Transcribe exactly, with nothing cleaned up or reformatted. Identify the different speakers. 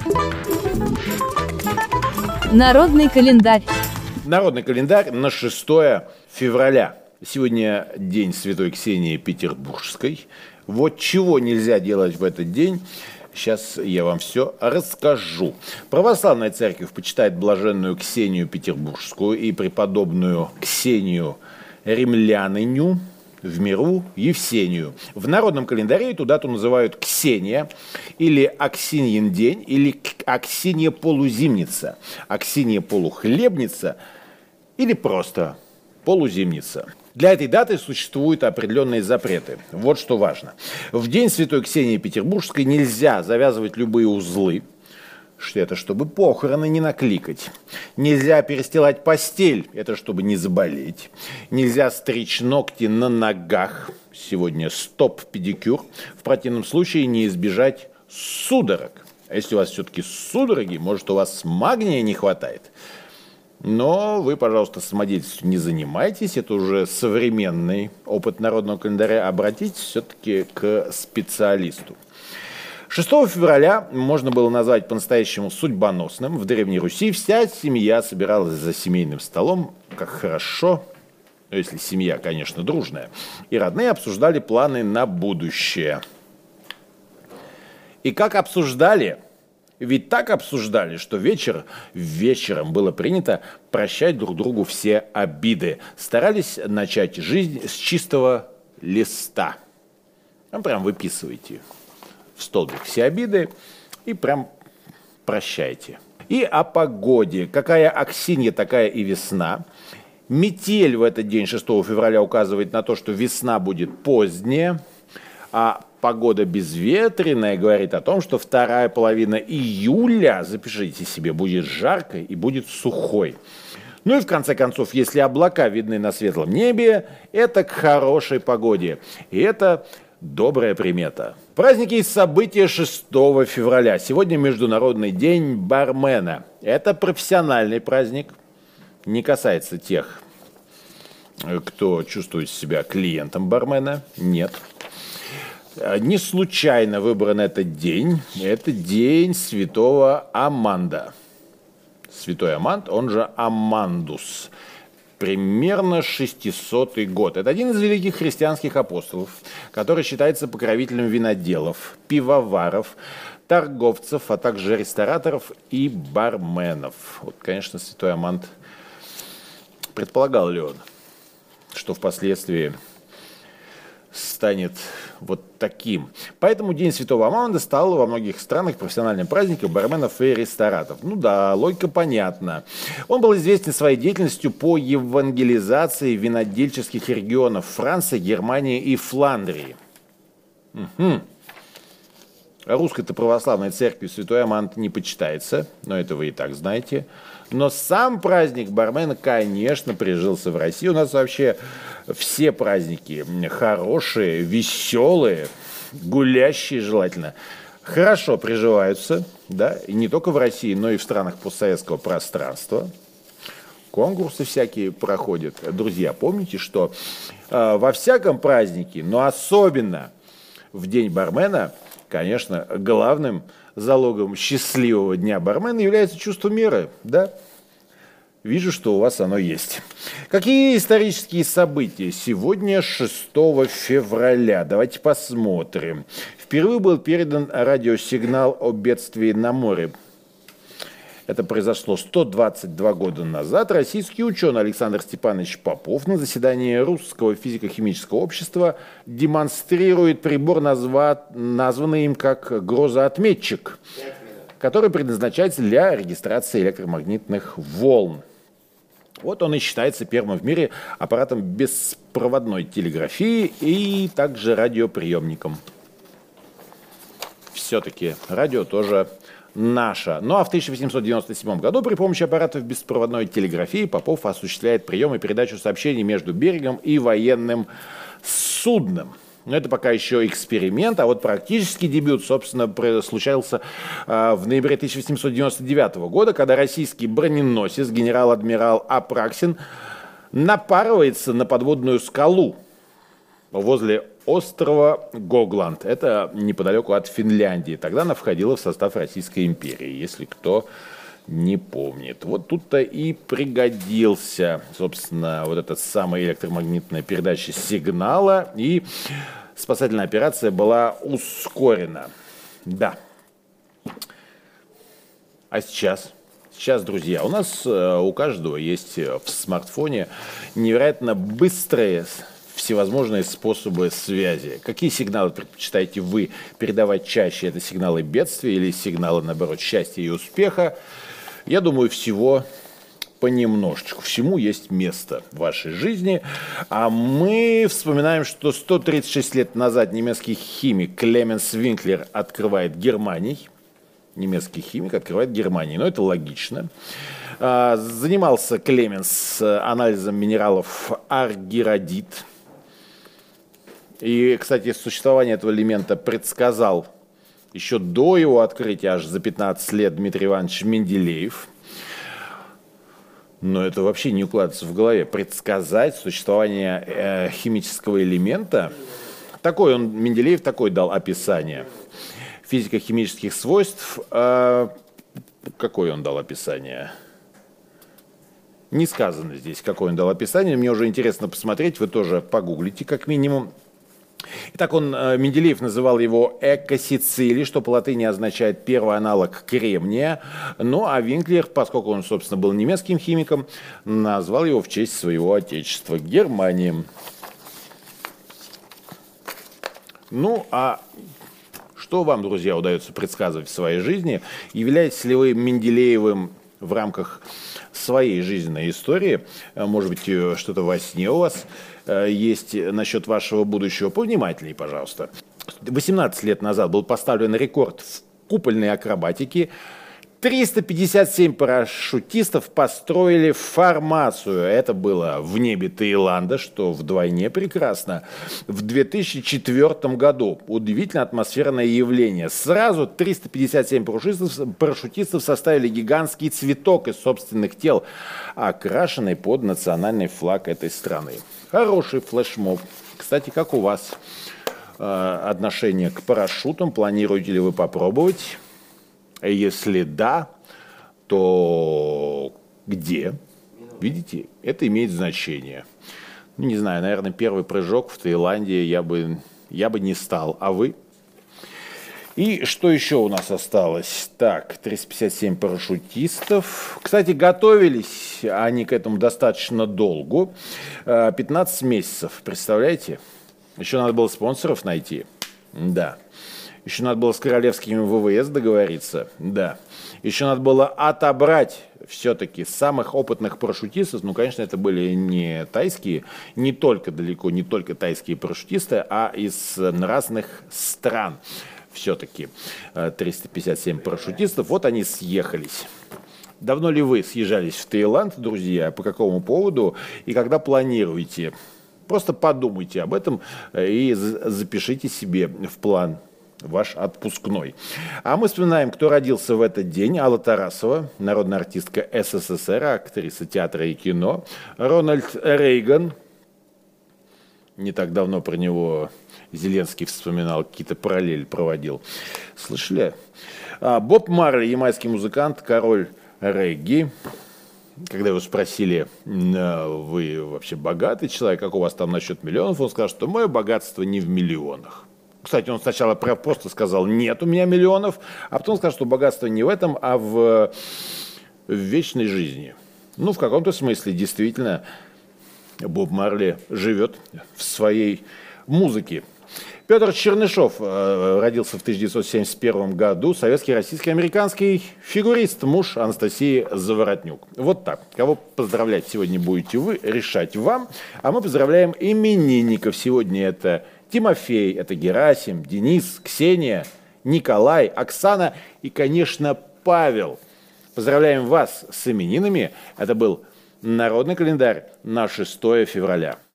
Speaker 1: Народный календарь.
Speaker 2: Народный календарь на шестое февраля. Сегодня день Святой Ксении Петербургской. Вот чего нельзя делать в этот день, сейчас я вам все расскажу. Православная церковь почитает блаженную Ксению Петербургскую и преподобную Ксению Римляныню, в миру Евсению. В народном календаре эту дату называют Ксения, или Аксиньин день, или Аксинья полузимница, Аксинья полухлебница, или просто полузимница. Для этой даты существуют определенные запреты. Вот что важно. В день Святой Ксении Петербургской нельзя завязывать любые узлы, что это чтобы похороны не накликать. Нельзя перестилать постель, это чтобы не заболеть. Нельзя стричь ногти на ногах, сегодня стоп-педикюр. В противном случае не избежать судорог. А если у вас все-таки судороги, может, у вас магния не хватает. Но вы, пожалуйста, самодеятельностью не занимайтесь, это уже современный опыт народного календаря. Обратитесь все-таки к специалисту. шестого февраля можно было назвать по-настоящему судьбоносным. В Древней Руси вся семья собиралась за семейным столом, как хорошо, если семья, конечно, дружная, и родные обсуждали планы на будущее. И как обсуждали? Ведь так обсуждали, что вечер, вечером было принято прощать друг другу все обиды. Старались начать жизнь с чистого листа. Ну, прям выписывайте в столбик все обиды и прям прощайте. И о погоде. Какая Аксинья, такая и весна. Метель в этот день, шестого февраля, указывает на то, что весна будет поздняя, а погода безветренная говорит о том, что вторая половина июля, запишите себе, будет жаркой и будет сухой. Ну и в конце концов, если облака видны на светлом небе, это к хорошей погоде. И это добрая примета. Праздники и события шестого февраля. Сегодня Международный день бармена. Это профессиональный праздник. Не касается тех, кто чувствует себя клиентом бармена. Нет. Не случайно выбран этот день. Это день святого Аманда. Святой Аманд, он же Амандус. Примерно шестисотый год. Это один из великих христианских апостолов, который считается покровителем виноделов, пивоваров, торговцев, а также рестораторов и барменов. Вот, конечно, святой Аманд, предполагал ли он, что впоследствии станет вот таким. Поэтому День Святого Аманда стал во многих странах профессиональным праздником барменов и рестораторов. Ну да, логика понятна. Он был известен своей деятельностью по евангелизации винодельческих регионов Франции, Германии и Фландрии. Угу. Русской-то православной церкви святой Аманд не почитается, но это вы и так знаете. Но сам праздник бармена, конечно, прижился в России. У нас вообще все праздники хорошие, веселые, гулящие желательно. Хорошо приживаются, да, и не только в России, но и в странах постсоветского пространства. Конкурсы всякие проходят. Друзья, помните, что э, во всяком празднике, но особенно в день бармена, конечно, главным залогом счастливого дня бармена является чувство меры, да? Вижу, что у вас оно есть. Какие исторические события сегодня, шестого февраля? Давайте посмотрим. Впервые был передан радиосигнал о бедствии на море. Это произошло сто двадцать два года назад. Российский ученый Александр Степанович Попов на заседании Русского физико-химического общества демонстрирует прибор, назва... названный им как грозоотметчик, который предназначается для регистрации электромагнитных волн. Вот он и считается первым в мире аппаратом беспроводной телеграфии и также радиоприемником. Все-таки радио тоже наше. Ну а в тысяча восемьсот девяносто седьмом году при помощи аппаратов беспроводной телеграфии Попов осуществляет прием и передачу сообщений между берегом и военным судном. Но это пока еще эксперимент, а вот практический дебют, собственно, случался э, в ноябре тысяча восемьсот девяносто девятого года, когда российский броненосец генерал-адмирал Апраксин напарывается на подводную скалу возле острова Гогланд. Это неподалеку от Финляндии. Тогда она входила в состав Российской империи, если кто не помнит. Вот тут-то и пригодился, собственно, вот эта самая электромагнитная передача сигнала, и спасательная операция была ускорена. Да. А сейчас? Сейчас, друзья, у нас у каждого есть в смартфоне невероятно быстрые всевозможные способы связи. Какие сигналы предпочитаете вы передавать чаще? Это сигналы бедствия или сигналы, наоборот, счастья и успеха? Я думаю, всего понемножечку. Всему есть место в вашей жизни. А мы вспоминаем, что сто тридцать шесть лет назад немецкий химик Клеменс Винклер открывает Германий. Немецкий химик открывает Германию. Но это логично. Занимался Клеменс анализом минералов аргиродит. И, кстати, существование этого элемента предсказал еще до его открытия, аж за пятнадцать лет, Дмитрий Иванович Менделеев. Но это вообще не укладывается в голове. Предсказать существование э, химического элемента. Такой он, Менделеев такой дал описание. Физико-химических свойств. Э, какое он дал описание? Не сказано здесь, какое он дал описание. Мне уже интересно посмотреть. Вы тоже погуглите, как минимум. Итак, он, Менделеев называл его экосицилий, что по латыни означает первый аналог кремния. Ну, а Винклер, поскольку он, собственно, был немецким химиком, назвал его в честь своего отечества – Германии. Ну, а что вам, друзья, удается предсказывать в своей жизни? Являетесь ли вы Менделеевым в рамках своей жизненной истории? Может быть, что-то во сне у вас есть насчет вашего будущего? Повнимательней, пожалуйста. восемнадцать лет назад был поставлен рекорд в купольной акробатике. триста пятьдесят семь парашютистов построили формацию. Это было в небе Таиланда, что вдвойне прекрасно. В две тысячи четвёртом году. Удивительно атмосферное явление. Сразу триста пятьдесят семь парашютистов, парашютистов составили гигантский цветок из собственных тел, окрашенный под национальный флаг этой страны. Хороший флешмоб. Кстати, как у вас э, отношение к парашютам? Планируете ли вы попробовать? Если да, то где? Видите, это имеет значение. Ну, не знаю, наверное, первый прыжок в Таиланде я бы, я бы не стал. А вы? И что еще у нас осталось? Так, триста пятьдесят семь парашютистов. Кстати, готовились они к этому достаточно долго. пятнадцать месяцев, представляете? Еще надо было спонсоров найти. Да. Еще надо было с королевскими ВВС договориться. Да. Еще надо было отобрать все-таки самых опытных парашютистов. Ну, конечно, это были не тайские, не только далеко, не только тайские парашютисты, а из разных стран. Все-таки триста пятьдесят семь парашютистов. Вот они съехались. Давно ли вы съезжались в Таиланд, друзья? По какому поводу? И когда планируете? Просто подумайте об этом и запишите себе в план ваш отпускной. А мы вспоминаем, кто родился в этот день. Алла Тарасова, народная артистка СССР, актриса театра и кино. Рональд Рейган. Не так давно про него Зеленский вспоминал, какие-то параллели проводил. Слышали? А, Боб Марли, ямайский музыкант, король регги. Когда его спросили, вы вообще богатый человек, как у вас там насчет миллионов, он сказал, что мое богатство не в миллионах. Кстати, он сначала просто сказал, нет у меня миллионов, а потом сказал, что богатство не в этом, а в, в вечной жизни. Ну, в каком-то смысле, действительно, Боб Марли живет в своей музыке. Петр Чернышов э, родился в тысяча девятьсот семьдесят первом году, советский, российский, американский фигурист, муж Анастасии Заворотнюк. Вот так. Кого поздравлять сегодня будете вы, решать вам. А мы поздравляем именинников. Сегодня это Тимофей, это Герасим, Денис, Ксения, Николай, Оксана и, конечно, Павел. Поздравляем вас с именинами. Это был народный календарь на шестое февраля.